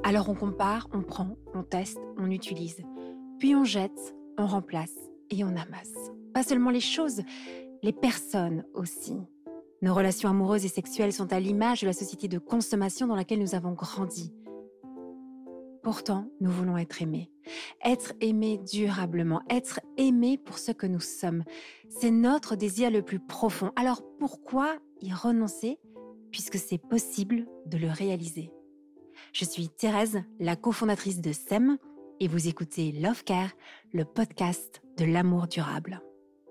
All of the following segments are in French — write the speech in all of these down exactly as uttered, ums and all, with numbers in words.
Alors on compare, on prend, on teste, on utilise. Puis on jette, on remplace et on amasse. Pas seulement les choses, les personnes aussi. Nos relations amoureuses et sexuelles sont à l'image de la société de consommation dans laquelle nous avons grandi. Pourtant, nous voulons être aimés. Être aimés durablement, être aimés pour ce que nous sommes. C'est notre désir le plus profond. Alors pourquoi y renoncer puisque c'est possible de le réaliser? Je suis Thérèse, la cofondatrice de S E M, et vous écoutez Love Care, le podcast de l'amour durable.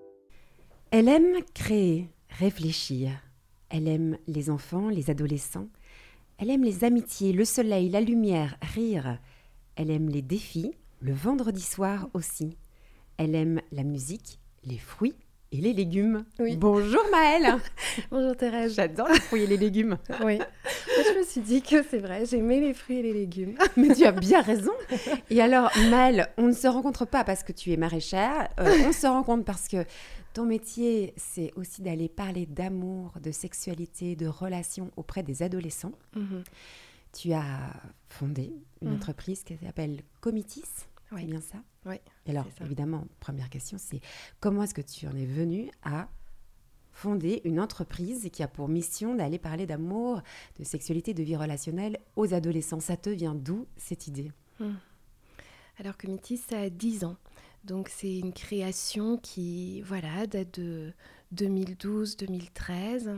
Elle aime créer, réfléchir. Elle aime les enfants, les adolescents. Elle aime les amitiés, le soleil, la lumière, rire. Elle aime les défis, le vendredi soir aussi. Elle aime la musique, les fruits et les légumes. Oui. Bonjour Maëlle. Bonjour Thérèse. J'adore les fruits et les légumes. Oui. Moi, je me suis dit que c'est vrai, j'aimais les fruits et les légumes. Mais tu as bien raison. Et alors Maëlle, on ne se rencontre pas parce que tu es maraîchère. Euh, on se rencontre parce que ton métier, c'est aussi d'aller parler d'amour, de sexualité, de relations auprès des adolescents. Mm-hmm. Tu as fondé une Mm. entreprise qui s'appelle Comitis. Oui. C'est bien ça? Oui. Et alors, c'est ça. évidemment, première question, c'est comment est-ce que tu en es venue à fonder une entreprise qui a pour mission d'aller parler d'amour, de sexualité, de vie relationnelle aux adolescents? Ça te vient d'où cette idée? Mm. Alors Comitis, ça a dix ans. Donc c'est une création qui voilà, date de deux mille douze deux mille treize.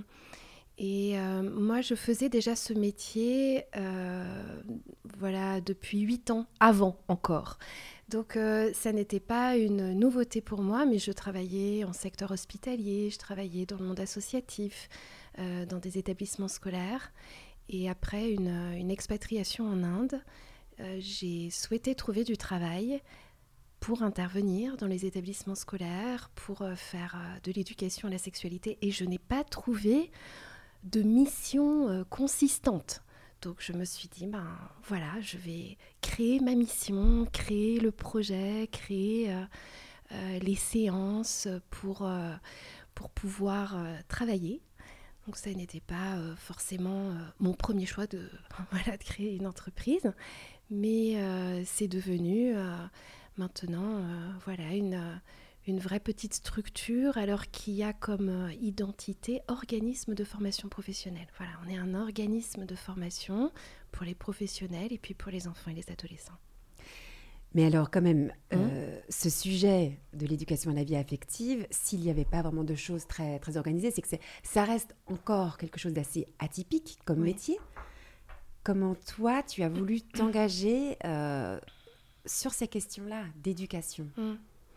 Et euh, moi, je faisais déjà ce métier euh, voilà, depuis huit ans, avant encore. Donc, euh, ça n'était pas une nouveauté pour moi, mais je travaillais en secteur hospitalier, je travaillais dans le monde associatif, euh, dans des établissements scolaires. Et après une, une expatriation en Inde, euh, j'ai souhaité trouver du travail pour intervenir dans les établissements scolaires, pour euh, faire euh, de l'éducation à la sexualité. Et je n'ai pas trouvé de mission euh, consistante. Donc je me suis dit, ben voilà, je vais créer ma mission, créer le projet, créer euh, euh, les séances pour, euh, pour pouvoir euh, travailler. Donc ça n'était pas euh, forcément euh, mon premier choix de, voilà, de créer une entreprise, mais euh, c'est devenu euh, maintenant euh, voilà, une... Euh, une vraie petite structure, alors qui a comme euh, identité organisme de formation professionnelle. Voilà, on est un organisme de formation pour les professionnels et puis pour les enfants et les adolescents. Mais alors quand même, Mmh. euh, ce sujet de l'éducation à la vie affective, s'il n'y avait pas vraiment de choses très, très organisées, c'est que c'est, ça reste encore quelque chose d'assez atypique comme Oui. métier. Comment toi, tu as voulu t'engager euh, sur ces questions-là d'éducation? Mmh.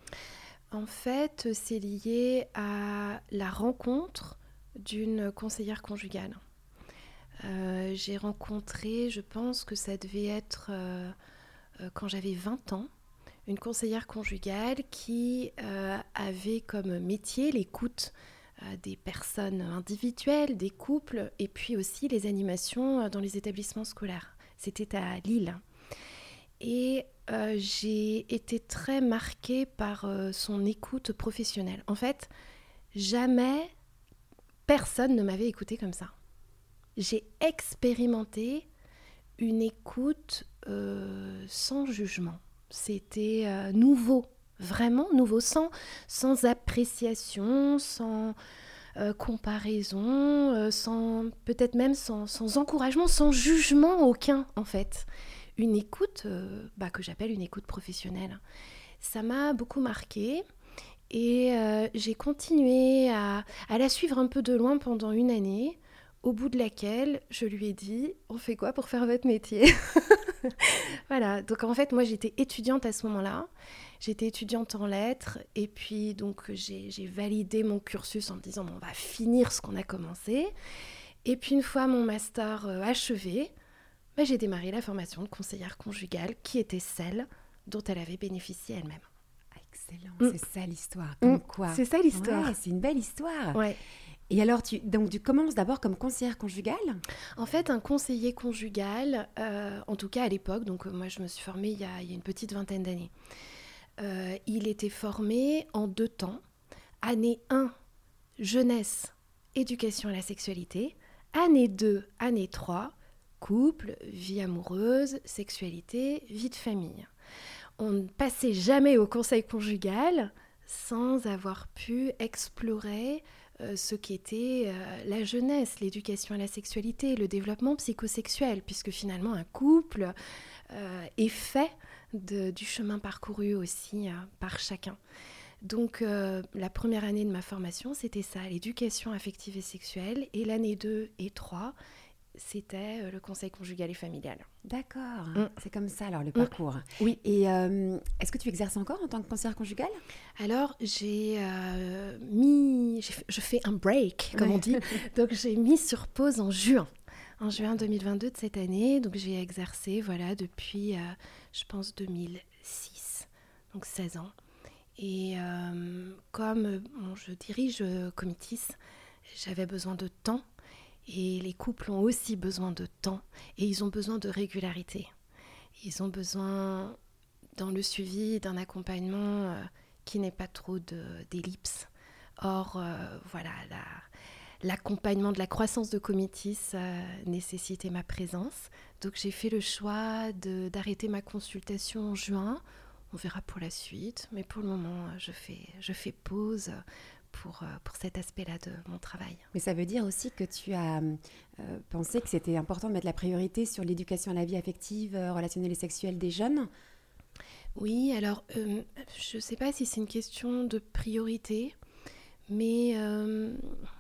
En fait, c'est lié à la rencontre d'une conseillère conjugale. Euh, j'ai rencontré, je pense que ça devait être euh, euh, quand j'avais vingt ans, une conseillère conjugale qui euh, avait comme métier l'écoute euh, des personnes individuelles, des couples, et puis aussi les animations dans les établissements scolaires. C'était à Lille. Et euh, j'ai été très marquée par euh, son écoute professionnelle. En fait, jamais personne ne m'avait écoutée comme ça. J'ai expérimenté une écoute euh, sans jugement. C'était euh, nouveau, vraiment nouveau, sans, sans appréciation, sans euh, comparaison, euh, sans, peut-être même sans, sans encouragement, sans jugement aucun en fait. Une écoute euh, bah, que j'appelle une écoute professionnelle. Ça m'a beaucoup marquée et euh, j'ai continué à, à la suivre un peu de loin pendant une année, au bout de laquelle je lui ai dit « On fait quoi pour faire votre métier ?» Voilà, donc en fait moi j'étais étudiante à ce moment-là, j'étais étudiante en lettres et puis donc j'ai, j'ai validé mon cursus en me disant bon, « On va finir ce qu'on a commencé » et puis une fois mon master euh, achevé, bah, j'ai démarré la formation de conseillère conjugale qui était celle dont elle avait bénéficié elle-même. Excellent, Mm. c'est ça l'histoire. Comme Mm. quoi. C'est ça l'histoire. Ouais, c'est une belle histoire. Ouais. Et alors, tu, donc, tu commences d'abord comme conseillère conjugale? En fait, un conseiller conjugal, euh, en tout cas à l'époque, donc euh, moi je me suis formée il y a, il y a une petite vingtaine d'années, euh, il était formé en deux temps. Année un, jeunesse, éducation à la sexualité. Année deux, année trois, couple, vie amoureuse, sexualité, vie de famille. On ne passait jamais au conseil conjugal sans avoir pu explorer euh, ce qu'était euh, la jeunesse, l'éducation à la sexualité, le développement psychosexuel, puisque finalement un couple euh, est fait de, du chemin parcouru aussi euh, par chacun. Donc euh, la première année de ma formation, c'était ça, l'éducation affective et sexuelle, et l'année deux et trois, c'était le conseil conjugal et familial. D'accord, Mm. c'est comme ça alors le parcours. Mm. Oui. Et euh, est-ce que tu exerces encore en tant que conseillère conjugale ? Alors j'ai euh, mis, j'ai, je fais un break comme Ouais. on dit, donc j'ai mis sur pause en juin, en juin deux mille vingt-deux de cette année, donc j'ai exercé voilà depuis, euh, je pense deux mille six, donc seize ans. Et euh, comme bon, je dirige euh, Comitis, j'avais besoin de temps. Et les couples ont aussi besoin de temps et ils ont besoin de régularité. Ils ont besoin, dans le suivi, d'un accompagnement euh, qui n'ait pas trop de, d'ellipses. Or, euh, voilà, la, l'accompagnement de la croissance de Comitis euh, nécessitait ma présence. Donc, j'ai fait le choix de, d'arrêter ma consultation en juin. On verra pour la suite, mais pour le moment, je fais, je fais pause Pour, pour cet aspect-là de mon travail. Mais ça veut dire aussi que tu as euh, pensé que c'était important de mettre la priorité sur l'éducation à la vie affective, euh, relationnelle et sexuelle des jeunes ? Oui, alors euh, je ne sais pas si c'est une question de priorité, mais euh,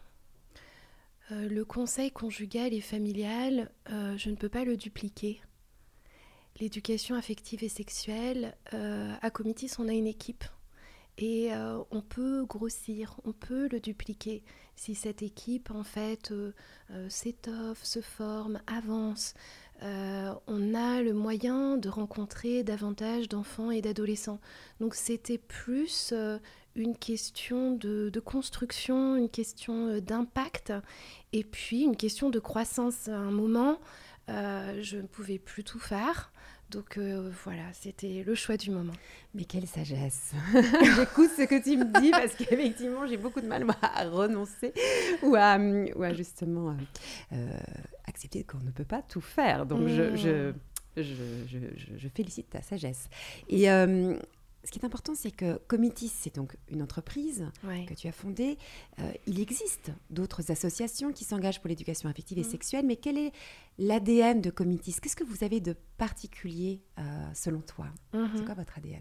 euh, le conseil conjugal et familial, euh, je ne peux pas le dupliquer. L'éducation affective et sexuelle, euh, à Comitis, on a une équipe. Et euh, on peut grossir, on peut le dupliquer si cette équipe en fait euh, euh, s'étoffe, se forme, avance. Euh, on a le moyen de rencontrer davantage d'enfants et d'adolescents. Donc c'était plus euh, une question de, de construction, une question euh, d'impact et puis une question de croissance. À un moment, euh, je ne pouvais plus tout faire. Donc euh, voilà, c'était le choix du moment. Mais quelle sagesse. J'écoute ce que tu me dis parce qu'effectivement, j'ai beaucoup de mal moi, à renoncer ou à, ou à justement euh, euh, accepter qu'on ne peut pas tout faire. Donc, mmh. je, je, je, je, je, je félicite ta sagesse. Et euh, ce qui est important, c'est que Comitis, c'est donc une entreprise ouais. que tu as fondée. Euh, il existe d'autres associations qui s'engagent pour l'éducation affective et mmh. sexuelle, mais quel est l'A D N de Comitis ? Qu'est-ce que vous avez de particulier euh, selon toi ? mmh. C'est quoi votre A D N ?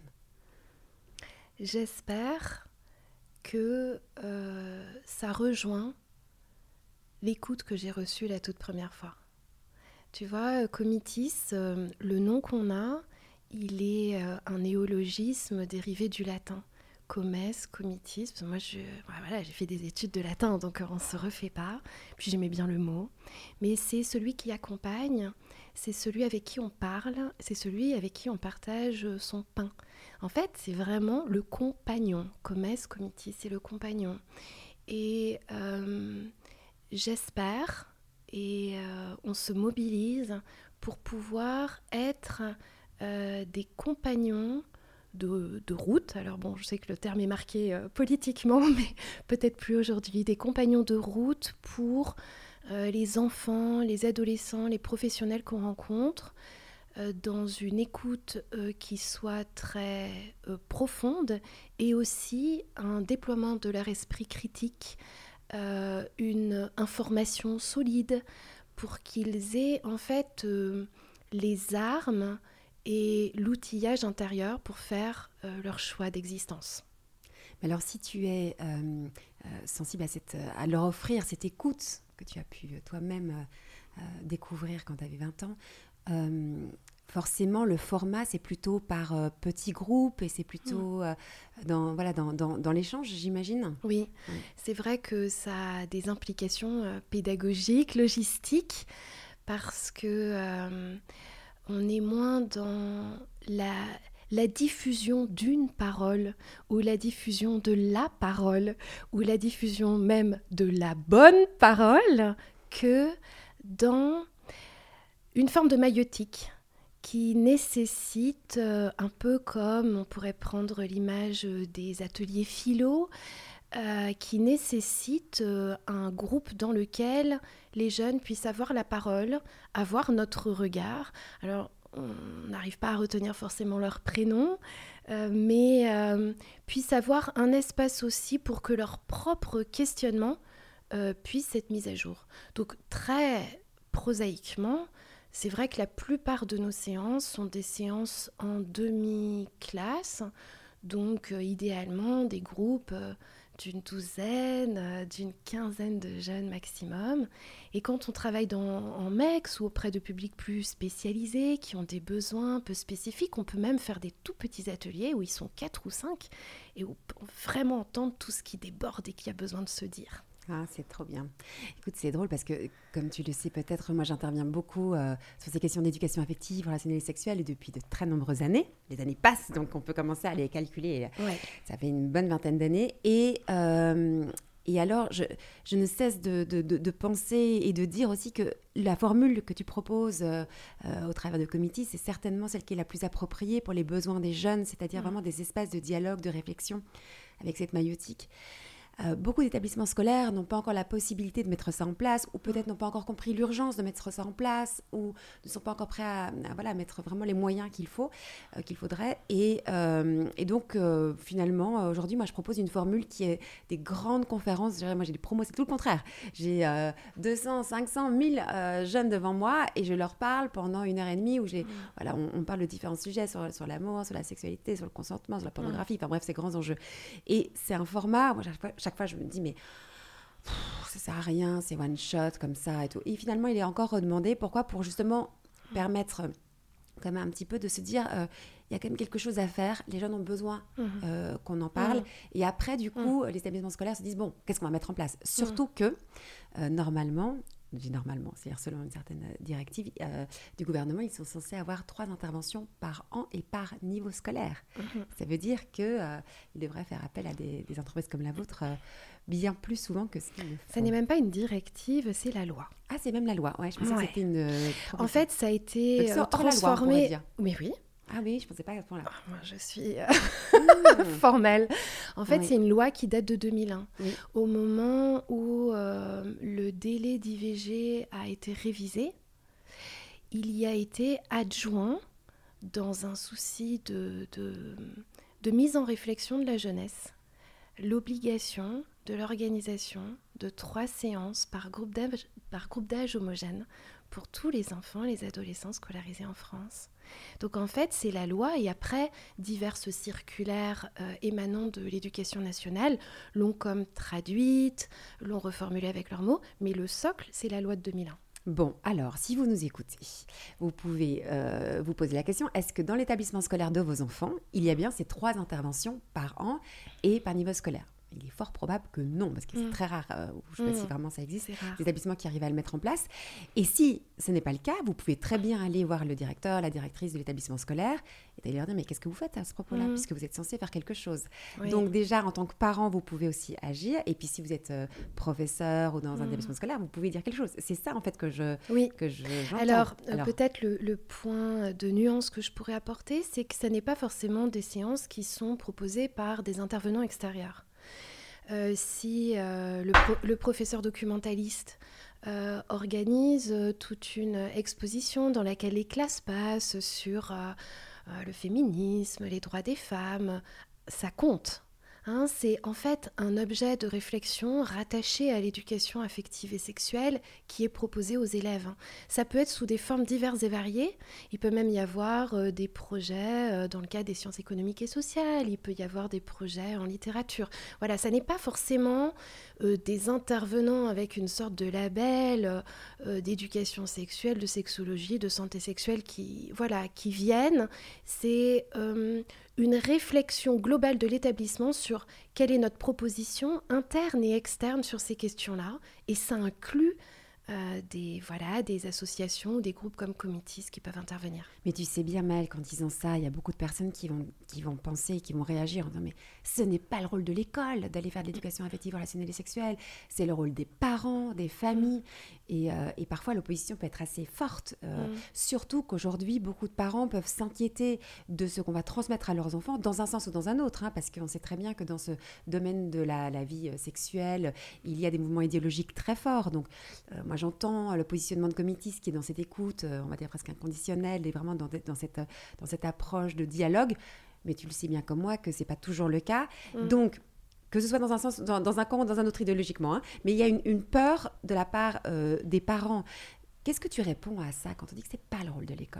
J'espère que euh, ça rejoint l'écoute que j'ai reçue la toute première fois. Tu vois, Comitis, euh, le nom qu'on a, il est euh, un néologisme dérivé du latin. Comes, comitis, moi je, voilà, j'ai fait des études de latin, donc on ne se refait pas. Puis j'aimais bien le mot. Mais c'est celui qui accompagne, c'est celui avec qui on parle, c'est celui avec qui on partage son pain. En fait, c'est vraiment le compagnon. Comes, comitis, c'est le compagnon. Et euh, j'espère, et euh, on se mobilise pour pouvoir être euh, des compagnons De, de route. Alors bon, je sais que le terme est marqué euh, politiquement, mais peut-être plus aujourd'hui. Des compagnons de route pour euh, les enfants, les adolescents, les professionnels qu'on rencontre, euh, dans une écoute euh, qui soit très euh, profonde et aussi un déploiement de leur esprit critique, euh, une information solide pour qu'ils aient en fait euh, les armes et l'outillage intérieur pour faire euh, leur choix d'existence. Alors si tu es euh, euh, sensible à, cette, à leur offrir cette écoute que tu as pu toi-même euh, découvrir quand tu avais vingt ans, euh, forcément le format c'est plutôt par euh, petits groupes et c'est plutôt euh, dans, voilà, dans, dans, dans l'échange, j'imagine. Oui, oui, c'est vrai que ça a des implications euh, pédagogiques, logistiques, parce que euh, on est moins dans la, la diffusion d'une parole ou la diffusion de la parole ou la diffusion même de la bonne parole que dans une forme de maïeutique qui nécessite, euh, un peu comme on pourrait prendre l'image des ateliers philo, euh, qui nécessite euh, un groupe dans lequel les jeunes puissent avoir la parole, avoir notre regard. Alors, on n'arrive pas à retenir forcément leur prénom, euh, mais euh, puissent avoir un espace aussi pour que leur propre questionnement euh, puisse être mis à jour. Donc, très prosaïquement, c'est vrai que la plupart de nos séances sont des séances en demi-classe, donc euh, idéalement des groupes euh, d'une douzaine, euh, d'une quinzaine de jeunes maximum. Et quand on travaille dans, en M E X ou auprès de publics plus spécialisés, qui ont des besoins un peu spécifiques, on peut même faire des tout petits ateliers où ils sont quatre ou cinq et où on peut vraiment entendre tout ce qui déborde et qui a besoin de se dire. Ah, c'est trop bien. Écoute, c'est drôle parce que, comme tu le sais peut-être, moi j'interviens beaucoup euh, sur ces questions d'éducation affective, relationnelle et sexuelle et depuis de très nombreuses années. Les années passent, donc on peut commencer à les calculer. Ouais. Ça fait une bonne vingtaine d'années. Et, euh, et alors, je, je ne cesse de, de, de, de penser et de dire aussi que la formule que tu proposes euh, euh, au travers de Comity, c'est certainement celle qui est la plus appropriée pour les besoins des jeunes, c'est-à-dire mmh. vraiment des espaces de dialogue, de réflexion avec cette maïotique. Euh, beaucoup d'établissements scolaires n'ont pas encore la possibilité de mettre ça en place, ou peut-être n'ont pas encore compris l'urgence de mettre ça en place, ou ne sont pas encore prêts à, à voilà, mettre vraiment les moyens qu'il faut, euh, qu'il faudrait. Et, euh, et donc, euh, finalement, aujourd'hui, moi, je propose une formule qui est des grandes conférences. Je dirais, moi, j'ai des promos, c'est tout le contraire. J'ai euh, deux cents, cinq cents, mille euh, jeunes devant moi, et je leur parle pendant une heure et demie, où j'ai, mmh. voilà, on, on parle de différents sujets sur, sur l'amour, sur la sexualité, sur le consentement, sur la pornographie, mmh. enfin bref, ces grands enjeux. Et c'est un format, moi, chaque fois, chaque fois je me dis, mais pff, ça sert à rien, c'est one shot comme ça et tout. Et finalement, il est encore redemandé. Pourquoi ? Pour justement permettre quand même un petit peu de se dire, il euh, y a quand même quelque chose à faire. Les jeunes ont besoin mmh. euh, qu'on en parle. Mmh. Et après, du coup, mmh. les établissements scolaires se disent, bon, qu'est-ce qu'on va mettre en place ? Surtout mmh. que, euh, normalement, je dis normalement, c'est-à-dire selon une certaine directive euh, du gouvernement, ils sont censés avoir trois interventions par an et par niveau scolaire. Mmh. Ça veut dire qu'ils euh, devraient faire appel à des, des entreprises comme la vôtre euh, bien plus souvent que ce qu'ils le font. Ça n'est même pas une directive, c'est la loi. Ah, c'est même la loi. Ouais, je pensais ouais. que c'était une... Euh, en fait, ça a été euh, transformé... Loi, mais oui. Ah oui, je ne pensais pas à ce point-là. Oh, moi, je suis euh, formelle. En fait, oui. c'est une loi qui date de deux mille un. Oui. Au moment où euh, le délai d'I V G a été révisé, il y a été adjoint, dans un souci de, de, de mise en réflexion de la jeunesse, l'obligation de l'organisation de trois séances par groupe d'âge, par groupe d'âge homogène pour tous les enfants et les adolescents scolarisés en France. Donc en fait, c'est la loi et après, diverses circulaires euh, émanant de l'éducation nationale l'ont comme traduite, l'ont reformulée avec leurs mots, mais le socle, c'est la loi de deux mille un. Bon, alors, si vous nous écoutez, vous pouvez euh, vous poser la question, est-ce que dans l'établissement scolaire de vos enfants, il y a bien ces trois interventions par an et par niveau scolaire ? Il est fort probable que non, parce que c'est mmh. très rare, euh, je ne sais pas mmh. si vraiment ça existe, des établissements qui arrivent à le mettre en place. Et si ce n'est pas le cas, vous pouvez très bien aller voir le directeur, la directrice de l'établissement scolaire et d'aller leur dire, mais qu'est-ce que vous faites à ce propos-là, mmh. puisque vous êtes censé faire quelque chose. Oui. Donc déjà, en tant que parent, vous pouvez aussi agir. Et puis si vous êtes euh, professeur ou dans mmh. un établissement scolaire, vous pouvez dire quelque chose. C'est ça, en fait, que je oui. que je, j'entends. Alors, Alors peut-être le, le point de nuance que je pourrais apporter, c'est que ce n'est pas forcément des séances qui sont proposées par des intervenants extérieurs. Euh, si euh, le, pro- le professeur documentaliste euh, organise euh, toute une exposition dans laquelle les classes passent sur euh, euh, le féminisme, les droits des femmes, ça compte. Hein, c'est en fait un objet de réflexion rattaché à l'éducation affective et sexuelle qui est proposé aux élèves. Ça peut être sous des formes diverses et variées. Il peut même y avoir euh, des projets euh, dans le cadre des sciences économiques et sociales. Il peut y avoir des projets en littérature. Voilà, ça n'est pas forcément euh, des intervenants avec une sorte de label euh, d'éducation sexuelle, de sexologie, de santé sexuelle qui, voilà, qui viennent. C'est... Euh, une réflexion globale de l'établissement sur quelle est notre proposition interne et externe sur ces questions-là. Et ça inclut euh, des, voilà, des associations ou des groupes comme Comitis qui peuvent intervenir. Mais tu sais bien, Maëlle, qu'en disant ça, il y a beaucoup de personnes qui vont, qui vont penser, qui vont réagir en disant « Mais ce n'est pas le rôle de l'école d'aller faire de l'éducation affective, relationnelle et sexuelle. C'est le rôle des parents, des familles. » Et, euh, et parfois, l'opposition peut être assez forte. Euh, mm. Surtout qu'aujourd'hui, beaucoup de parents peuvent s'inquiéter de ce qu'on va transmettre à leurs enfants, dans un sens ou dans un autre. Hein, parce qu'on sait très bien que dans ce domaine de la, la vie sexuelle, il y a des mouvements idéologiques très forts. Donc, euh, moi, j'entends le positionnement de Comitis qui est dans cette écoute, euh, on va dire presque inconditionnelle, et vraiment dans, dans, cette, dans cette approche de dialogue. Mais tu le sais bien comme moi que ce n'est pas toujours le cas. Mm. Donc, que ce soit dans un sens, dans, dans un camp ou dans un autre idéologiquement, hein, mais il y a une, une peur de la part euh, des parents. Qu'est-ce que tu réponds à ça quand on dit que ce n'est pas le rôle de l'école ?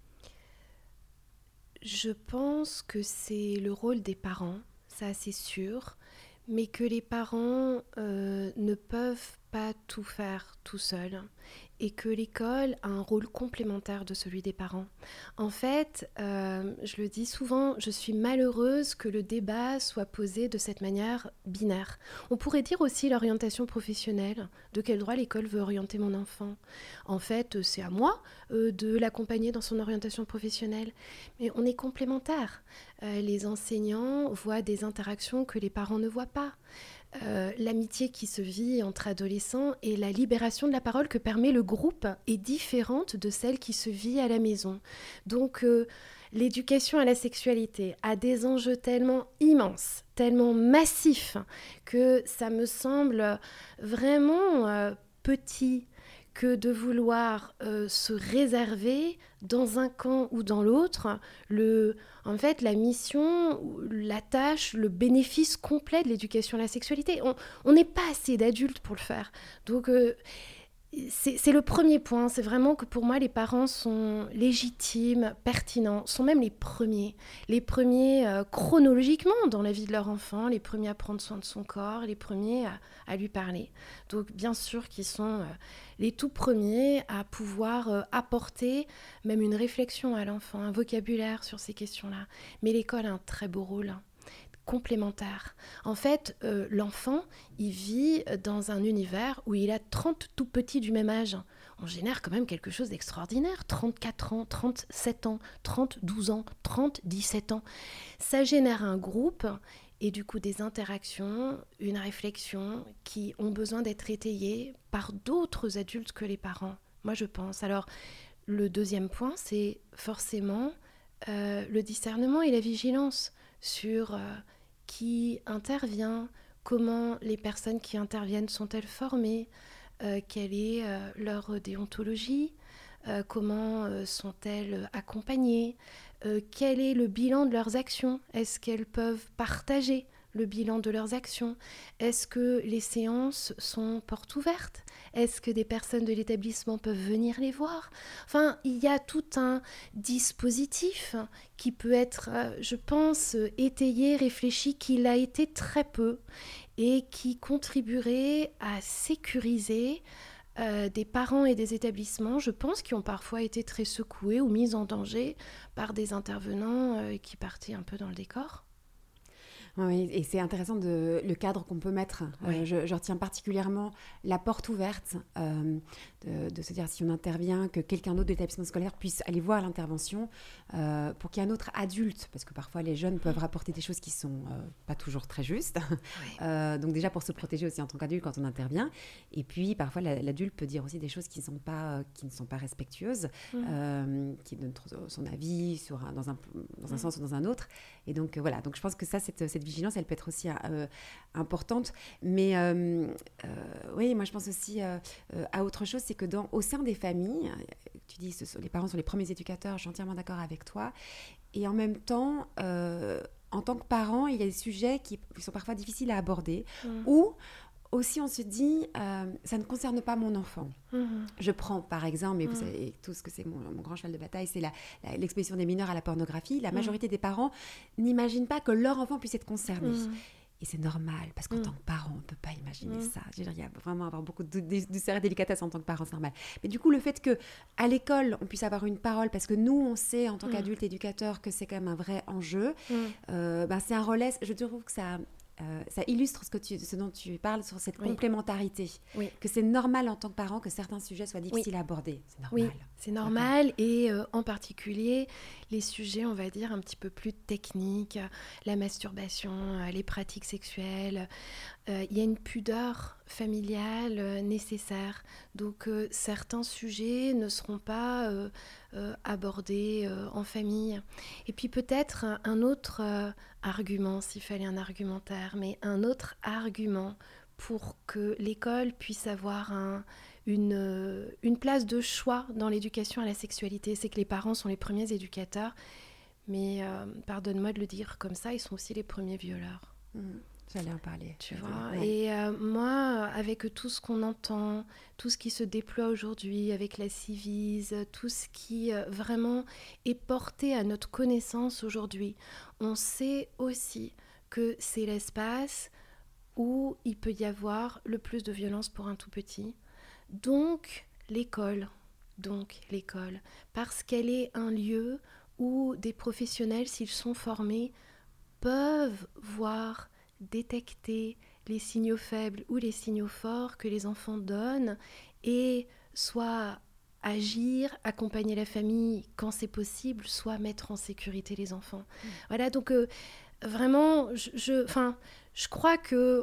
Je pense que c'est le rôle des parents, ça c'est sûr, mais que les parents euh, ne peuvent pas tout faire tout seuls et que l'école a un rôle complémentaire de celui des parents. En fait, euh, je le dis souvent, je suis malheureuse que le débat soit posé de cette manière binaire. On pourrait dire aussi l'orientation professionnelle, de quel droit l'école veut orienter mon enfant. En fait, c'est à moi euh, de l'accompagner dans son orientation professionnelle. Mais on est complémentaires. Euh, les enseignants voient des interactions que les parents ne voient pas. Euh, l'amitié qui se vit entre adolescents et la libération de la parole que permet le groupe est différente de celle qui se vit à la maison. Donc euh, l'éducation à la sexualité a des enjeux tellement immenses, tellement massifs, que ça me semble vraiment euh, petit que de vouloir euh, se réserver dans un camp ou dans l'autre, le, en fait, la mission, la tâche, le bénéfice complet de l'éducation à la sexualité. On n'est pas assez d'adultes pour le faire. Donc, euh, c'est, c'est le premier point. C'est vraiment que pour moi, les parents sont légitimes, pertinents, sont même les premiers. Les premiers euh, chronologiquement dans la vie de leur enfant, les premiers à prendre soin de son corps, les premiers à, à lui parler. Donc, bien sûr qu'ils sont... Euh, les tout premiers à pouvoir euh, apporter même une réflexion à l'enfant, un vocabulaire sur ces questions-là. Mais l'école a un très beau rôle, hein, complémentaire. En fait, euh, l'enfant, il vit dans un univers où il a trente tout petits du même âge. On génère quand même quelque chose d'extraordinaire. trente-quatre ans, trente-sept ans, trente, douze ans, trente, dix-sept ans. Ça génère un groupe... et du coup des interactions, une réflexion qui ont besoin d'être étayées par d'autres adultes que les parents, moi je pense. Alors le deuxième point, c'est forcément euh, le discernement et la vigilance sur euh, qui intervient, comment les personnes qui interviennent sont-elles formées, euh, quelle est euh, leur déontologie, euh, comment euh, sont-elles accompagnées, Euh, quel est le bilan de leurs actions ? Est-ce qu'elles peuvent partager le bilan de leurs actions ? Est-ce que les séances sont portes ouvertes ? Est-ce que des personnes de l'établissement peuvent venir les voir ? Enfin, il y a tout un dispositif qui peut être, euh, je pense, étayé, réfléchi, qui l'a été très peu et qui contribuerait à sécuriser Euh, des parents et des établissements, je pense, qui ont parfois été très secoués ou mis en danger par des intervenants euh, qui partaient un peu dans le décor. Oui, et c'est intéressant de, le cadre qu'on peut mettre. Oui. Euh, je, je retiens particulièrement la porte ouverte, euh, de, de se dire si on intervient, que quelqu'un d'autre de l'établissement scolaire puisse aller voir l'intervention euh, pour qu'il y ait un autre adulte, parce que parfois les jeunes peuvent rapporter des choses qui ne sont euh, pas toujours très justes. Oui. Euh, donc déjà pour se protéger aussi en tant qu'adulte quand on intervient. Et puis parfois la, l'adulte peut dire aussi des choses qui, sont pas, qui ne sont pas respectueuses, mmh. euh, qui donne son avis sur un, dans, un, dans un mmh. sens ou dans un autre. Et donc euh, voilà, donc je pense que ça, cette, cette vigilance, elle peut être aussi euh, importante. Mais euh, euh, oui, moi je pense aussi euh, euh, à autre chose, c'est que dans, au sein des familles, tu dis ce sont, les parents sont les premiers éducateurs, je suis entièrement d'accord avec toi. Et en même temps, euh, en tant que parent, il y a des sujets qui, qui sont parfois difficiles à aborder, mmh. ou aussi on se dit, euh, ça ne concerne pas mon enfant. Mmh. Je prends par exemple, et vous mmh. savez tous que c'est mon, mon grand cheval de bataille, c'est la, la, l'exposition des mineurs à la pornographie. La mmh. majorité des parents n'imaginent pas que leur enfant puisse être concerné. Mmh. Et c'est normal, parce qu'en mmh. tant que parent, on ne peut pas imaginer mmh. ça. Je veux dire, il y a vraiment avoir beaucoup de douceur et délicatesse en tant que parent, c'est normal. Mais du coup, le fait qu'à l'école, on puisse avoir une parole, parce que nous, on sait, en tant mmh. qu'adultes éducateurs, que c'est quand même un vrai enjeu, mmh. euh, ben, c'est un relais. Je trouve que ça... euh, ça illustre ce, que tu, ce dont tu parles sur cette Oui. complémentarité. Oui. Que c'est normal en tant que parent que certains sujets soient difficiles Oui. à aborder. C'est normal. Oui, c'est normal. Et euh, en particulier, les sujets, on va dire, un petit peu plus techniques, euh, la masturbation, euh, les pratiques sexuelles. Euh, il y a une pudeur familiale euh, nécessaire. Donc, euh, certains sujets ne seront pas euh, euh, abordés euh, en famille. Et puis, peut-être un, un autre euh, argument, s'il fallait un argumentaire, mais un autre argument pour que l'école puisse avoir un... Une, une place de choix dans l'éducation à la sexualité. C'est que les parents sont les premiers éducateurs, mais euh, pardonne-moi de le dire comme ça, ils sont aussi les premiers violeurs. Mmh, j'allais en parler. Tu vois, ouais. et euh, moi, avec tout ce qu'on entend, tout ce qui se déploie aujourd'hui avec la Civise, tout ce qui euh, vraiment est porté à notre connaissance aujourd'hui, on sait aussi que c'est l'espace où il peut y avoir le plus de violence pour un tout petit. Donc l'école, donc l'école, parce qu'elle est un lieu où des professionnels, s'ils sont formés, peuvent voir, détecter les signaux faibles ou les signaux forts que les enfants donnent et soit agir, accompagner la famille quand c'est possible, soit mettre en sécurité les enfants. Mmh. Voilà, donc euh, vraiment, je, je, enfin, je crois que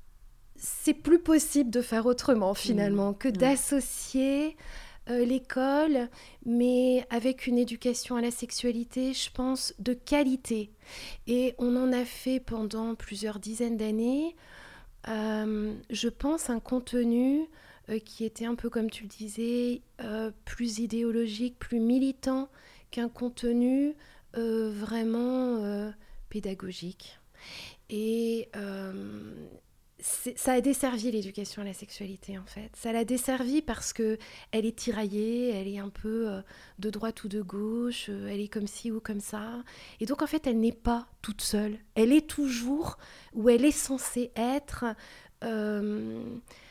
c'est plus possible de faire autrement finalement, mmh. que d'associer euh, l'école, mais avec une éducation à la sexualité, je pense, de qualité. Et on en a fait pendant plusieurs dizaines d'années, euh, je pense, un contenu euh, qui était un peu, comme tu le disais, euh, plus idéologique, plus militant qu'un contenu euh, vraiment euh, pédagogique. Et... Euh, C'est, ça a desservi l'éducation à la sexualité en fait. Ça l'a desservi parce que elle est tiraillée, elle est un peu euh, de droite ou de gauche, euh, elle est comme ci ou comme ça. Et donc en fait, elle n'est pas toute seule. Elle est toujours où elle est censée être euh,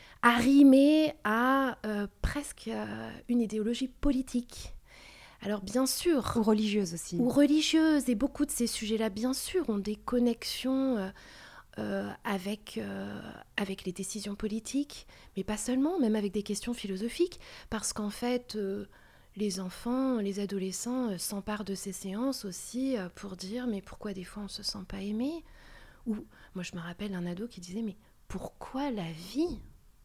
arrimée à euh, presque euh, une idéologie politique. Alors bien sûr... Ou religieuse aussi. Ou religieuse. Et beaucoup de ces sujets-là, bien sûr, ont des connexions... Euh, Euh, avec, euh, avec les décisions politiques, mais pas seulement, même avec des questions philosophiques, parce qu'en fait, euh, les enfants, les adolescents euh, s'emparent de ces séances aussi euh, pour dire mais pourquoi des fois on ne se sent pas aimé ? Ou moi je me rappelle d'un ado qui disait mais pourquoi la vie ?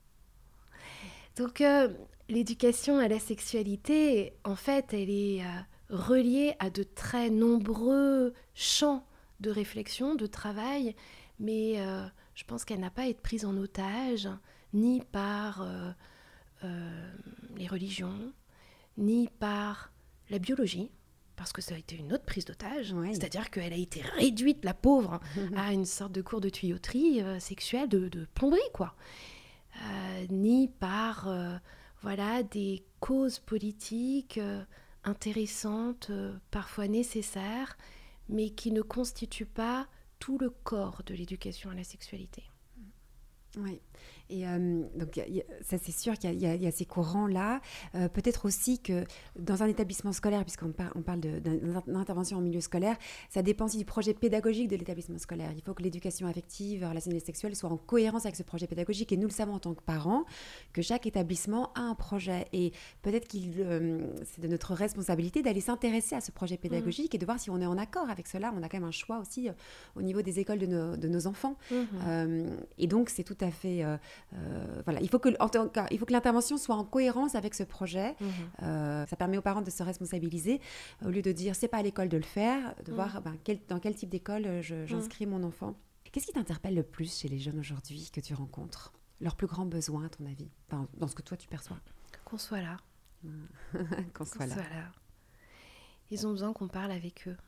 Donc euh, l'éducation à la sexualité, en fait, elle est euh, reliée à de très nombreux champs de réflexion, de travail, mais euh, je pense qu'elle n'a pas à être prise en otage, ni par euh, euh, les religions, ni par la biologie, parce que ça a été une autre prise d'otage, oui. C'est-à-dire qu'elle a été réduite, la pauvre, à une sorte de cours de tuyauterie euh, sexuelle, de, de plomberie, quoi. Euh, ni par euh, voilà, des causes politiques euh, intéressantes, euh, parfois nécessaires, mais qui ne constituent pas tout le corps de l'éducation à la sexualité. Oui, et euh, donc y a, ça c'est sûr qu'il y a, y a, y a ces courants-là. Euh, peut-être aussi que dans un établissement scolaire, puisqu'on par, on parle de, d'une intervention en milieu scolaire, ça dépend aussi du projet pédagogique de l'établissement scolaire. Il faut que l'éducation affective, relationnelle et sexuelle soit en cohérence avec ce projet pédagogique. Et nous le savons en tant que parents, que chaque établissement a un projet. Et peut-être que euh, c'est de notre responsabilité d'aller s'intéresser à ce projet pédagogique mmh. et de voir si on est en accord avec cela. On a quand même un choix aussi euh, au niveau des écoles de nos, de nos enfants. Mmh. Euh, et donc, c'est tout à fait... Euh, Euh, voilà, il faut que, en tout cas, il faut que l'intervention soit en cohérence avec ce projet. Mmh. Euh, ça permet aux parents de se responsabiliser au lieu de dire c'est pas à l'école de le faire, de mmh. voir ben, quel, dans quel type d'école je, j'inscris mmh. mon enfant. Qu'est-ce qui t'interpelle le plus chez les jeunes aujourd'hui que tu rencontres ? Leurs plus grands besoins, à ton avis, enfin, dans ce que toi tu perçois ? Qu'on soit là. qu'on soit qu'on là. soit là. Ils ont besoin qu'on parle avec eux.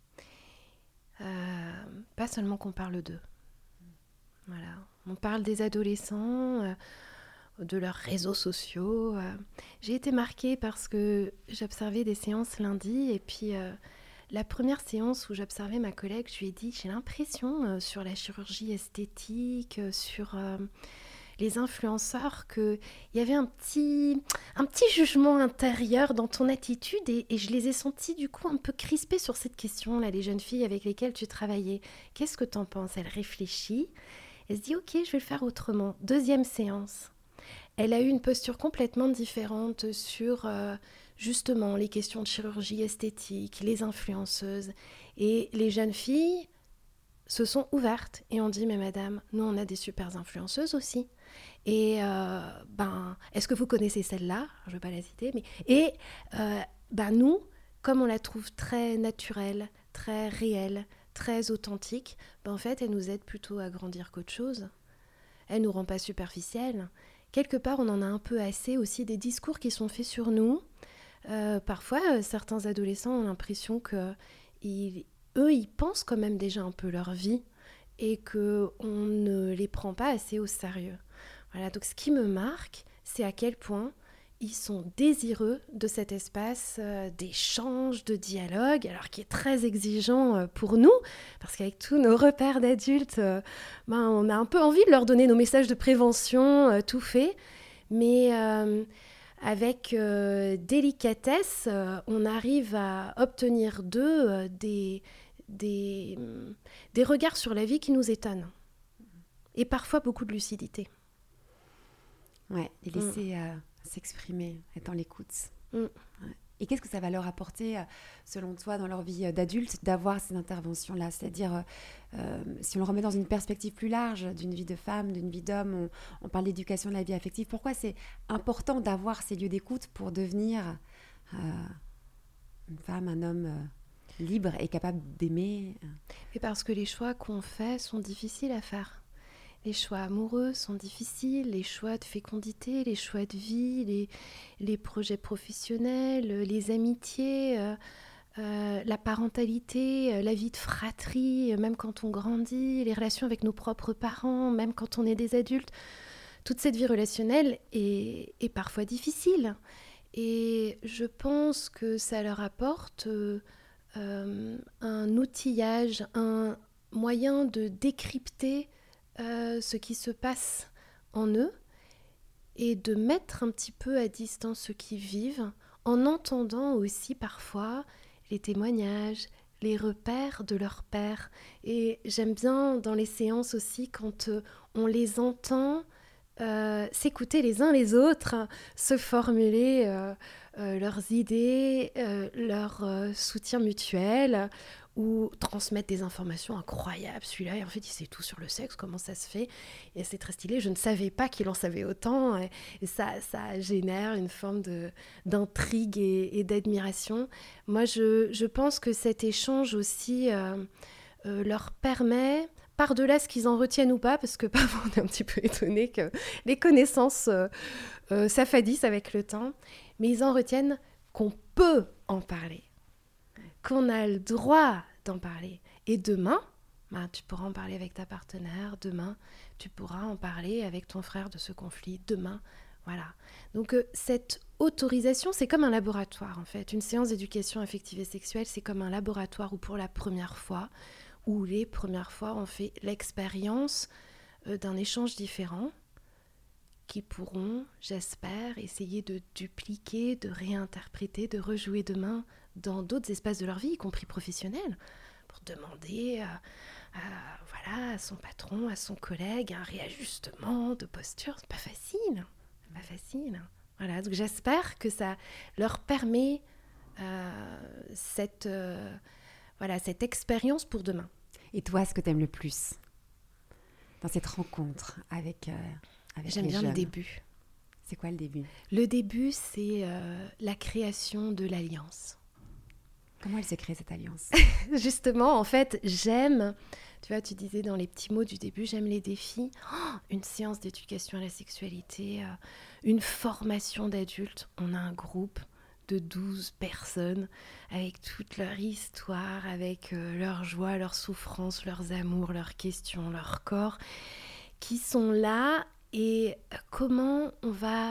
Euh, pas seulement qu'on parle d'eux. Voilà. On parle des adolescents, euh, de leurs réseaux sociaux. Euh. J'ai été marquée parce que j'observais des séances lundi et puis euh, la première séance où j'observais ma collègue, je lui ai dit j'ai l'impression euh, sur la chirurgie esthétique, euh, sur euh, les influenceurs qu'il y avait un petit, un petit jugement intérieur dans ton attitude et, et je les ai sentis du coup un peu crispées sur cette question, là, les jeunes filles avec lesquelles tu travaillais. Qu'est-ce que t'en penses ? Elle réfléchit, elle se dit ok, je vais le faire autrement. Deuxième séance. Elle a eu une posture complètement différente sur euh, justement les questions de chirurgie esthétique, les influenceuses. Et les jeunes filles se sont ouvertes et ont dit « Mais madame, nous on a des super influenceuses aussi. Et euh, ben, est-ce que vous connaissez celle-là ?» Je ne vais pas la citer. Mais... Et euh, ben, nous, comme on la trouve très naturelle, très réelle, très authentique, ben, en fait, elle nous aide plutôt à grandir qu'autre chose. Elle ne nous rend pas superficielle. Quelque part, on en a un peu assez aussi des discours qui sont faits sur nous. Euh, parfois, euh, certains adolescents ont l'impression que ils, eux, ils pensent quand même déjà un peu leur vie et qu'on ne les prend pas assez au sérieux. Voilà, donc ce qui me marque, c'est à quel point ils sont désireux de cet espace euh, d'échange, de dialogue, alors qui est très exigeant euh, pour nous, parce qu'avec tous nos repères d'adultes, euh, ben, on a un peu envie de leur donner nos messages de prévention, euh, tout fait, mais euh, avec euh, délicatesse, euh, on arrive à obtenir d'eux euh, des, des, des regards sur la vie qui nous étonnent, et parfois beaucoup de lucidité. Ouais, et laisser... Mm. Euh... s'exprimer, être dans l'écoute. Mm. Et qu'est-ce que ça va leur apporter, selon toi, dans leur vie d'adulte, d'avoir ces interventions-là ? C'est-à-dire, euh, si on le remet dans une perspective plus large, d'une vie de femme, d'une vie d'homme, on, on parle d'éducation de la vie affective, pourquoi c'est important d'avoir ces lieux d'écoute pour devenir euh, une femme, un homme euh, libre et capable d'aimer ? Et parce que les choix qu'on fait sont difficiles à faire. Les choix amoureux sont difficiles, les choix de fécondité, les choix de vie, les, les projets professionnels, les amitiés, euh, euh, la parentalité, euh, la vie de fratrie, euh, même quand on grandit, les relations avec nos propres parents, même quand on est des adultes. Toute cette vie relationnelle est, est parfois difficile. Et je pense que ça leur apporte euh, euh, un outillage, un moyen de décrypter Euh, ce qui se passe en eux et de mettre un petit peu à distance ce qu'ils vivent en entendant aussi parfois les témoignages, les repères de leurs pères. Et j'aime bien dans les séances aussi quand euh, on les entend euh, s'écouter les uns les autres, se formuler euh, euh, leurs idées, euh, leur euh, soutien mutuel, ou transmettre des informations incroyables. Celui-là, et en fait, il sait tout sur le sexe, comment ça se fait. Et c'est très stylé. Je ne savais pas qu'il en savait autant. Et, et ça, ça génère une forme de, d'intrigue et, et d'admiration. Moi, je, je pense que cet échange aussi euh, euh, leur permet, par-delà ce qu'ils en retiennent ou pas, parce que parfois, on est un petit peu étonné que les connaissances euh, euh, s'affadissent avec le temps, mais ils en retiennent qu'on peut en parler, qu'on a le droit d'en parler. Et demain, ben, tu pourras en parler avec ta partenaire. Demain, tu pourras en parler avec ton frère de ce conflit. Demain, voilà. Donc, euh, cette autorisation, c'est comme un laboratoire, en fait. Une séance d'éducation affective et sexuelle, c'est comme un laboratoire où, pour la première fois, ou les premières fois, on fait l'expérience euh, d'un échange différent qui pourront, j'espère, essayer de dupliquer, de réinterpréter, de rejouer demain dans d'autres espaces de leur vie, y compris professionnels, pour demander à, à, voilà, à son patron, à son collègue, un réajustement de posture. C'est pas facile, c'est pas facile. Voilà, donc j'espère que ça leur permet euh, cette, euh, voilà, cette expérience pour demain. Et toi, ce que tu aimes le plus dans cette rencontre avec, euh, avec J'aime les bien jeunes. le début. C'est quoi le début ? Le début, c'est euh, la création de l'alliance. Comment elle se crée, cette alliance ? Justement, en fait, j'aime, tu vois, tu disais dans les petits mots du début, j'aime les défis. Oh, une séance d'éducation à la sexualité, euh, une formation d'adultes. On a un groupe de douze personnes avec toute leur histoire, avec euh, leurs joies, leurs souffrances, leurs amours, leurs questions, leur corps, qui sont là. Et comment on va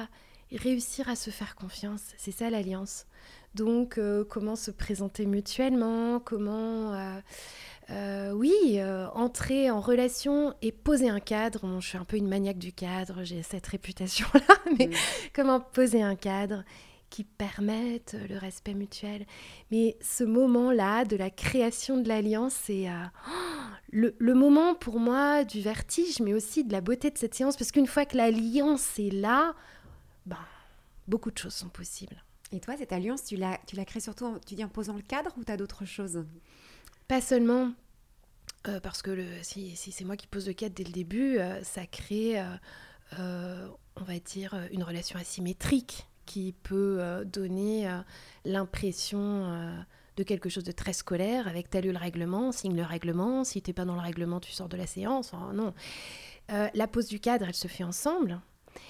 réussir à se faire confiance, c'est ça l'alliance. Donc, euh, comment se présenter mutuellement, comment, euh, euh, oui, euh, entrer en relation et poser un cadre. Bon, je suis un peu une maniaque du cadre, j'ai cette réputation-là, mais mmh. comment poser un cadre qui permette le respect mutuel. Mais ce moment-là de la création de l'alliance, c'est euh, oh, le, le moment pour moi du vertige, mais aussi de la beauté de cette séance, parce qu'une fois que l'alliance est là, ben, beaucoup de choses sont possibles. Et toi, cette alliance, tu l'as, tu l'as créée surtout en, tu dis en posant le cadre ou tu as d'autres choses ? Pas seulement, euh, parce que le, si, si c'est moi qui pose le cadre dès le début, euh, ça crée, euh, euh, on va dire, une relation asymétrique qui peut euh, donner euh, l'impression euh, de quelque chose de très scolaire, avec t'as lu le règlement, signe le règlement, si t'es pas dans le règlement, tu sors de la séance. Oh, non. Euh, la pose du cadre, elle se fait ensemble.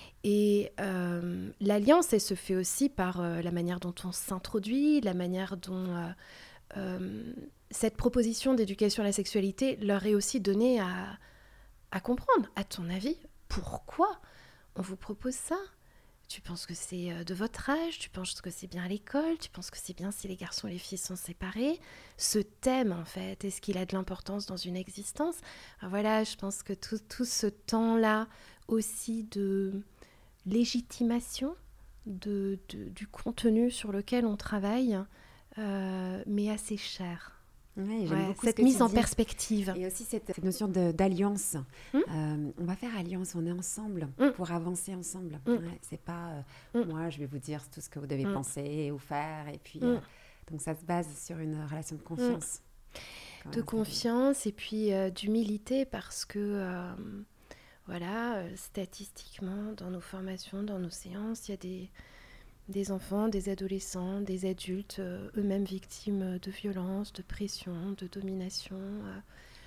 Et euh, l'alliance, elle se fait aussi par euh, la manière dont on s'introduit, la manière dont euh, euh, cette proposition d'éducation à la sexualité leur est aussi donnée à, à comprendre. À ton avis, pourquoi on vous propose ça ? Tu penses que c'est de votre âge ? Tu penses que c'est bien à l'école ? Tu penses que c'est bien si les garçons et les filles sont séparés ? Ce thème, en fait, est-ce qu'il a de l'importance dans une existence ? Alors voilà, je pense que tout, tout ce temps-là aussi de légitimation de, de, du contenu sur lequel on travaille, euh, mais assez cher. Oui, j'aime ouais, beaucoup cette ce que mise tu en dis. perspective. Et aussi cette, cette notion de, d'alliance. Mmh. Euh, on va faire alliance, on est ensemble mmh. pour avancer ensemble. Mmh. Ouais, c'est pas euh, mmh. moi, je vais vous dire tout ce que vous devez mmh. penser ou faire. Et puis, mmh. euh, donc ça se base sur une relation de confiance. Mmh. De confiance et puis euh, d'humilité parce que... Euh, Voilà, euh, statistiquement, dans nos formations, dans nos séances, il y a des, des enfants, des adolescents, des adultes, euh, eux-mêmes victimes de violences, de pression, de domination, euh,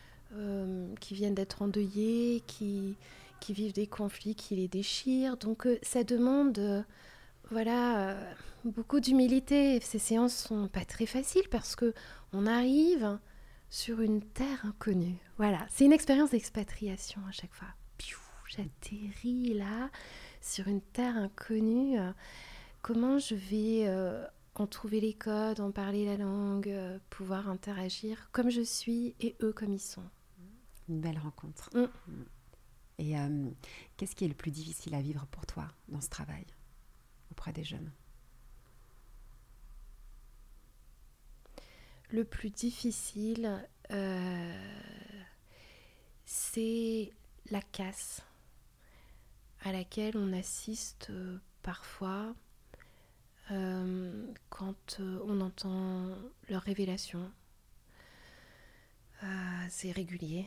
euh, qui viennent d'être endeuillés, qui, qui vivent des conflits qui les déchirent. Donc euh, ça demande euh, voilà, euh, beaucoup d'humilité. Ces séances sont pas très faciles parce qu'on arrive sur une terre inconnue. Voilà, c'est une expérience d'expatriation à chaque fois. J'atterris là, sur une terre inconnue. Comment je vais euh, en trouver les codes, en parler la langue, euh, pouvoir interagir comme je suis et eux comme ils sont. Une belle rencontre. Mm. Et euh, qu'est-ce qui est le plus difficile à vivre pour toi dans ce travail auprès des jeunes ? Le plus difficile, euh, c'est la casse à laquelle on assiste euh, parfois euh, quand euh, on entend leurs révélations. Euh, c'est régulier.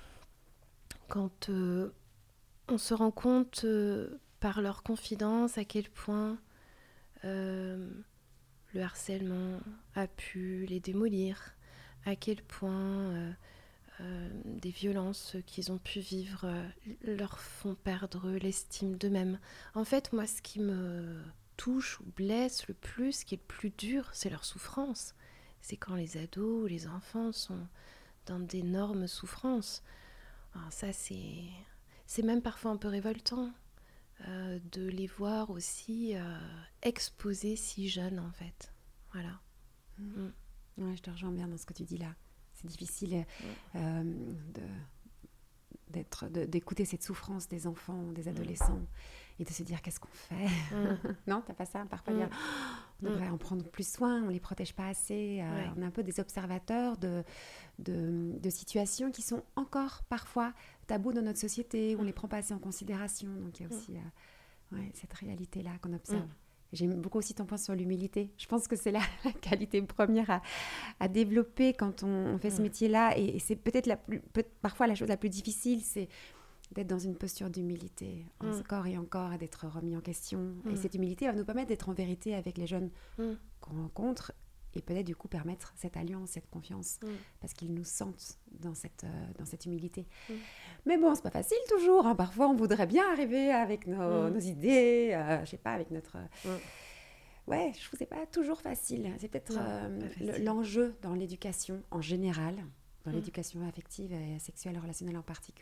Quand euh, on se rend compte euh, par leur confidence à quel point euh, le harcèlement a pu les démolir, à quel point euh, euh, des violences qu'ils ont pu vivre euh, leur font perdre l'estime d'eux-mêmes. En fait, moi, ce qui me touche ou blesse le plus, ce qui est le plus dur, c'est leur souffrance. C'est quand les ados ou les enfants sont dans d'énormes souffrances. Alors ça, c'est, c'est même parfois un peu révoltant euh, de les voir aussi euh, exposés si jeunes, en fait. Voilà. Mmh. Mmh. Ouais, je te rejoins bien dans ce que tu dis là. C'est difficile euh, de, d'être, de, d'écouter cette souffrance des enfants, des adolescents, mmh. et de se dire qu'est-ce qu'on fait. Mmh. Non, t'as pas ça parfois mmh. dire oh, on devrait mmh. en prendre plus soin, on les protège pas assez. Euh, ouais. On est un peu des observateurs de, de, de situations qui sont encore parfois tabous dans notre société, où on les prend pas assez en considération. Donc il y a aussi euh, ouais, cette réalité là qu'on observe. Mmh. J'aime beaucoup aussi ton point sur l'humilité. Je pense que c'est la, la qualité première à, à développer quand on, on fait ce métier-là. Et, et c'est peut-être la plus, peut, parfois la chose la plus difficile, c'est d'être dans une posture d'humilité, mm. encore et encore, et d'être remis en question. Mm. Et cette humilité va nous permettre d'être en vérité avec les jeunes mm. qu'on rencontre et peut-être du coup permettre cette alliance, cette confiance, mm. parce qu'ils nous sentent dans cette, euh, dans cette humilité. Mm. Mais bon, c'est pas facile toujours. Hein. Parfois, on voudrait bien arriver avec nos, mm. nos idées, euh, je sais pas, avec notre... Mm. Ouais, je trouve que c'est pas toujours facile. C'est peut-être non, euh, le, l'enjeu dans l'éducation en général, dans mm. l'éducation affective et sexuelle et relationnelle en particulier.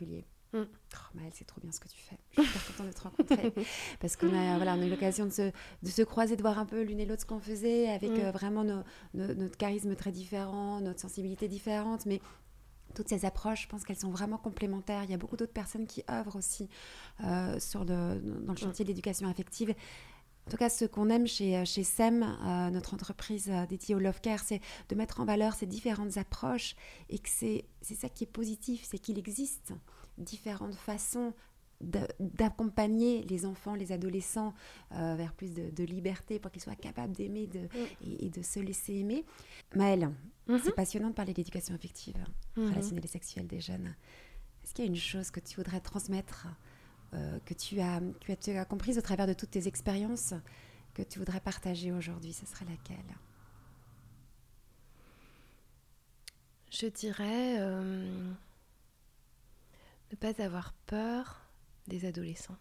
Mm. Oh, Maëlle, c'est trop bien ce que tu fais. Je suis super contente de te rencontrer. Parce qu'on a, voilà, on a eu l'occasion de se, de se croiser, de voir un peu l'une et l'autre ce qu'on faisait, avec Mm. euh, vraiment nos, nos, notre charisme très différent, notre sensibilité différente. Mais toutes ces approches, je pense qu'elles sont vraiment complémentaires. Il y a beaucoup d'autres personnes qui œuvrent aussi euh, sur le, dans le chantier de l'éducation affective. En tout cas, ce qu'on aime chez, chez S E M, euh, notre entreprise euh, dédiée au Love Care, c'est de mettre en valeur ces différentes approches et que c'est, c'est ça qui est positif, c'est qu'il existe différentes façons de, d'accompagner les enfants, les adolescents euh, vers plus de, de liberté pour qu'ils soient capables d'aimer de, Mm. et, et de se laisser aimer. Maëlle, Mhm. c'est passionnant de parler d'éducation affective, Mhm. relationnelle et sexuelle des jeunes. Est-ce qu'il y a une chose que tu voudrais transmettre Euh, que, tu as, que tu as comprise au travers de toutes tes expériences, que tu voudrais partager aujourd'hui, ce serait laquelle? Je dirais euh, ne pas avoir peur des adolescents.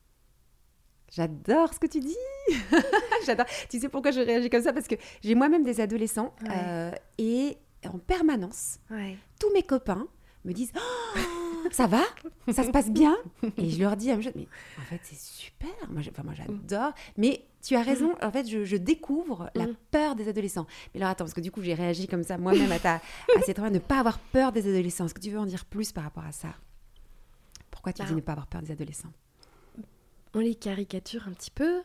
J'adore ce que tu dis. J'adore. Tu sais pourquoi je réagis comme ça? Parce que j'ai moi-même des adolescents Ouais. euh, et en permanence, Ouais. tous mes copains me disent oh, ça va? Ça se passe bien? Et je leur dis la même chose, mais en fait c'est super, moi, je, enfin, moi j'adore, mais tu as raison, en fait je, je découvre la Mm. peur des adolescents. Mais alors attends, parce que du coup j'ai réagi comme ça moi-même à, ta, à cette envie de ne pas avoir peur des adolescents. Est-ce que tu veux en dire plus par rapport à ça? Pourquoi tu Bah, dis ne pas avoir peur des adolescents? On les caricature un petit peu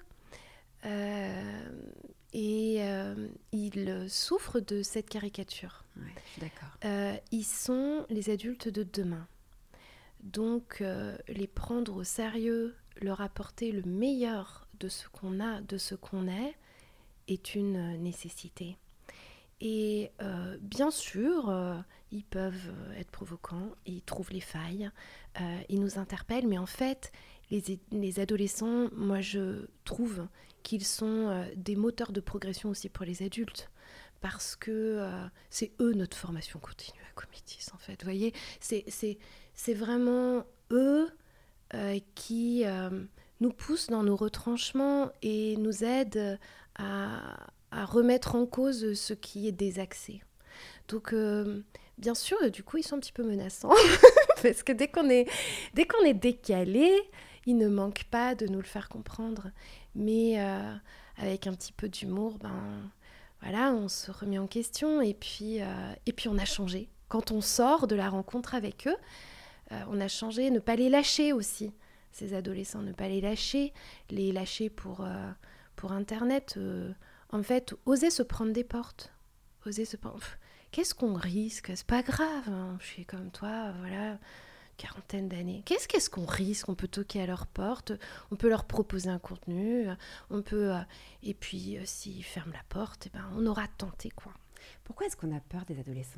euh, et euh, ils souffrent de cette caricature. Ouais, je suis d'accord. Euh, ils sont les adultes de demain. Donc, euh, les prendre au sérieux, leur apporter le meilleur de ce qu'on a, de ce qu'on est, est une nécessité. Et euh, bien sûr, euh, ils peuvent être provocants, ils trouvent les failles, euh, ils nous interpellent, mais en fait, les, les adolescents, moi je trouve qu'ils sont euh, des moteurs de progression aussi pour les adultes. Parce que euh, c'est eux notre formation continue à Comitis, en fait. Vous voyez, c'est, c'est, c'est vraiment eux euh, qui euh, nous poussent dans nos retranchements et nous aident à, à remettre en cause ce qui est désaxé. Donc, euh, bien sûr, du coup, ils sont un petit peu menaçants. Parce que dès qu'on est, dès qu'on est décalé, ils ne manquent pas de nous le faire comprendre. Mais euh, avec un petit peu d'humour, ben... Voilà, on se remet en question et puis, euh, et puis on a changé. Quand on sort de la rencontre avec eux, euh, on a changé. Ne pas les lâcher aussi, ces adolescents, ne pas les lâcher, les lâcher pour, euh, pour Internet. Euh, en fait, oser se prendre des portes. Oser se prendre... Qu'est-ce qu'on risque? C'est pas grave, hein. Je suis comme toi, voilà... quarantaine d'années. Qu'est-ce, qu'est-ce qu'on risque? On peut toquer à leur porte, on peut leur proposer un contenu, on peut... Euh, et puis, euh, s'ils ferment la porte, eh ben, on aura tenté, quoi. Pourquoi est-ce qu'on a peur des adolescents?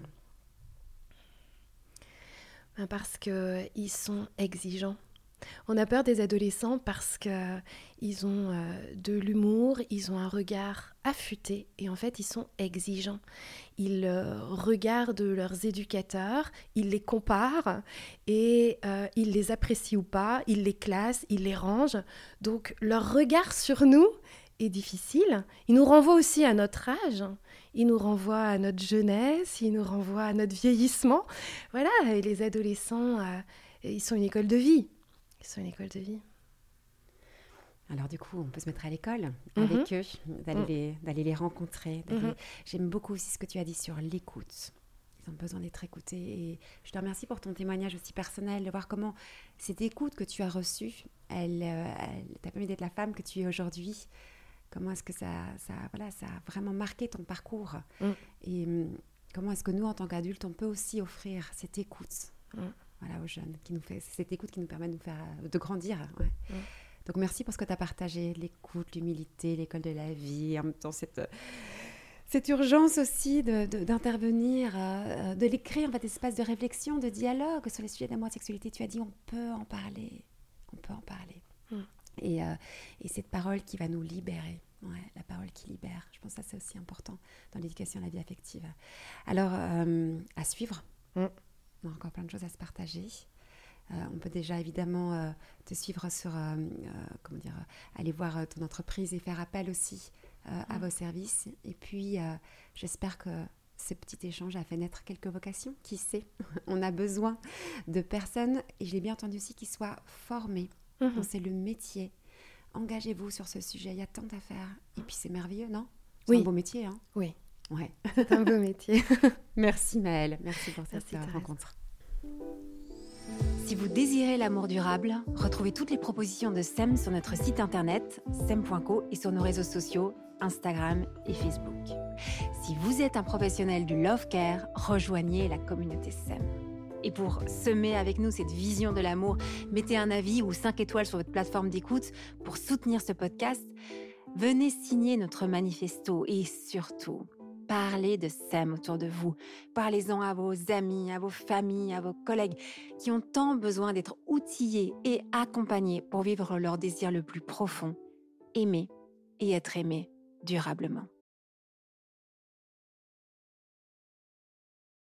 Ben, parce qu'ils sont exigeants. On a peur des adolescents parce qu'ils ont euh, de l'humour, ils ont un regard affûté et en fait, ils sont exigeants. Ils euh, regardent leurs éducateurs, ils les comparent et euh, ils les apprécient ou pas, ils les classent, ils les rangent. Donc, leur regard sur nous est difficile. Il nous renvoie aussi à notre âge, il nous renvoie à notre jeunesse, il nous renvoie à notre vieillissement. Voilà, et les adolescents, euh, ils sont une école de vie. Ils sont une école de vie. Alors du coup, on peut se mettre à l'école Mhm. avec eux, d'aller, Mhm. les, d'aller les rencontrer. d'aller- Mhm. J'aime beaucoup aussi ce que tu as dit sur l'écoute. Ils ont besoin d'être écoutés. Et je te remercie pour ton témoignage aussi personnel, de voir comment cette écoute que tu as reçue, elle, euh, elle t'a permis d'être la femme que tu es aujourd'hui. Comment est-ce que ça, ça, voilà, ça a vraiment marqué ton parcours. Mm. Et hum, comment est-ce que nous, en tant qu'adultes, on peut aussi offrir cette écoute Mm. voilà, aux jeunes, qui nous fait, c'est cette écoute qui nous permet de, nous faire, de grandir. Ouais. Mm. Donc merci pour ce que tu as partagé, l'écoute, l'humilité, l'école de la vie, en même temps cette, cette urgence aussi de, de, d'intervenir, euh, de les créer en fait, des espaces de réflexion, de dialogue sur les sujets d'amour et de sexualité. Tu as dit on peut en parler, on peut en parler. Mm. Et, euh, et cette parole qui va nous libérer, ouais, la parole qui libère, je pense que ça c'est aussi important dans l'éducation à la vie affective. Alors, euh, à suivre, Mm. on a encore plein de choses à se partager. Euh, on peut déjà évidemment euh, te suivre sur, euh, euh, comment dire, euh, aller voir euh, ton entreprise et faire appel aussi euh, à Mm. vos services. Et puis, euh, j'espère que ce petit échange a fait naître quelques vocations, qui sait. On a besoin de personnes, et je l'ai bien entendu aussi, qui soient formées. Mmh. Donc, c'est le métier. Engagez-vous sur ce sujet, il y a tant à faire. Et puis c'est merveilleux, non? C'est Oui. un beau métier, hein? Oui, Ouais. c'est un beau métier. Merci Maëlle, merci pour cette Merci, Thérèse. rencontre. Si vous désirez l'amour durable, retrouvez toutes les propositions de S E M sur notre site internet S E M point co et sur nos réseaux sociaux Instagram et Facebook. Si vous êtes un professionnel du Love Care, rejoignez la communauté S E M. Et pour semer avec nous cette vision de l'amour, mettez un avis ou cinq étoiles sur votre plateforme d'écoute pour soutenir ce podcast. Venez signer notre manifesto et surtout, parlez de S E M autour de vous. Parlez-en à vos amis, à vos familles, à vos collègues qui ont tant besoin d'être outillés et accompagnés pour vivre leur désir le plus profond, aimer et être aimé durablement.